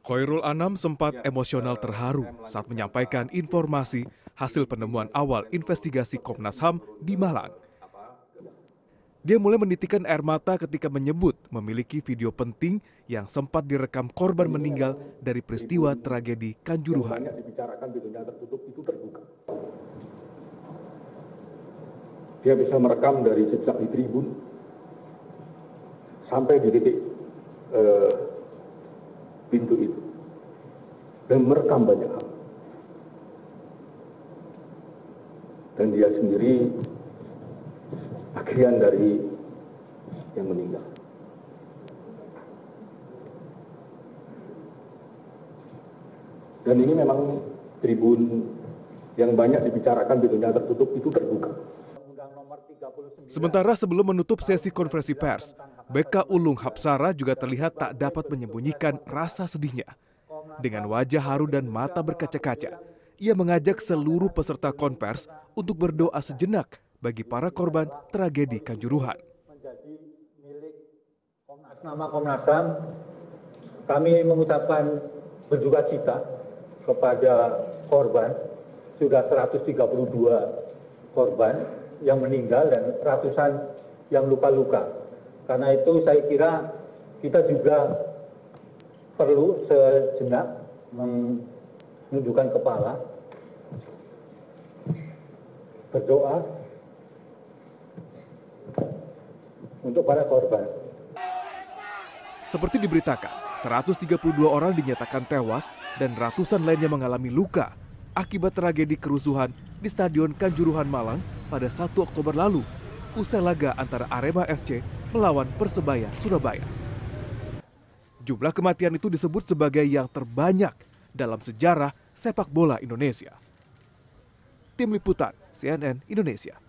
Khairul Anam sempat emosional terharu saat menyampaikan informasi hasil penemuan awal investigasi Komnas HAM di Malang. Dia mulai menitikkan air mata ketika menyebut memiliki video penting yang sempat direkam korban meninggal dari peristiwa tragedi Kanjuruhan. Dia bisa merekam dari sejak di tribun sampai di titik pintu itu dan merekam banyak hal. Dan dia sendiri bagian dari yang meninggal. Dan ini memang tribun yang banyak dibicarakan di dunia tertutup itu terbuka. Sementara sebelum menutup sesi konferensi pers, BK Ulung Hapsara juga terlihat tak dapat menyembunyikan rasa sedihnya. Dengan wajah haru dan mata berkaca-kaca, ia mengajak seluruh peserta konvers untuk berdoa sejenak bagi para korban tragedi Kanjuruhan. Atas nama Komnas HAM, kami mengucapkan berduka cita kepada korban, sudah 132 korban yang meninggal dan ratusan yang luka-luka. Karena itu saya kira kita juga perlu sejenak menundukkan kepala, berdoa untuk para korban. Seperti diberitakan, 132 orang dinyatakan tewas dan ratusan lainnya mengalami luka akibat tragedi kerusuhan di Stadion Kanjuruhan Malang pada 1 Oktober lalu, usai laga antara Arema FC melawan Persebaya Surabaya. Jumlah kematian itu disebut sebagai yang terbanyak dalam sejarah sepak bola Indonesia. Tim Liputan CNN Indonesia.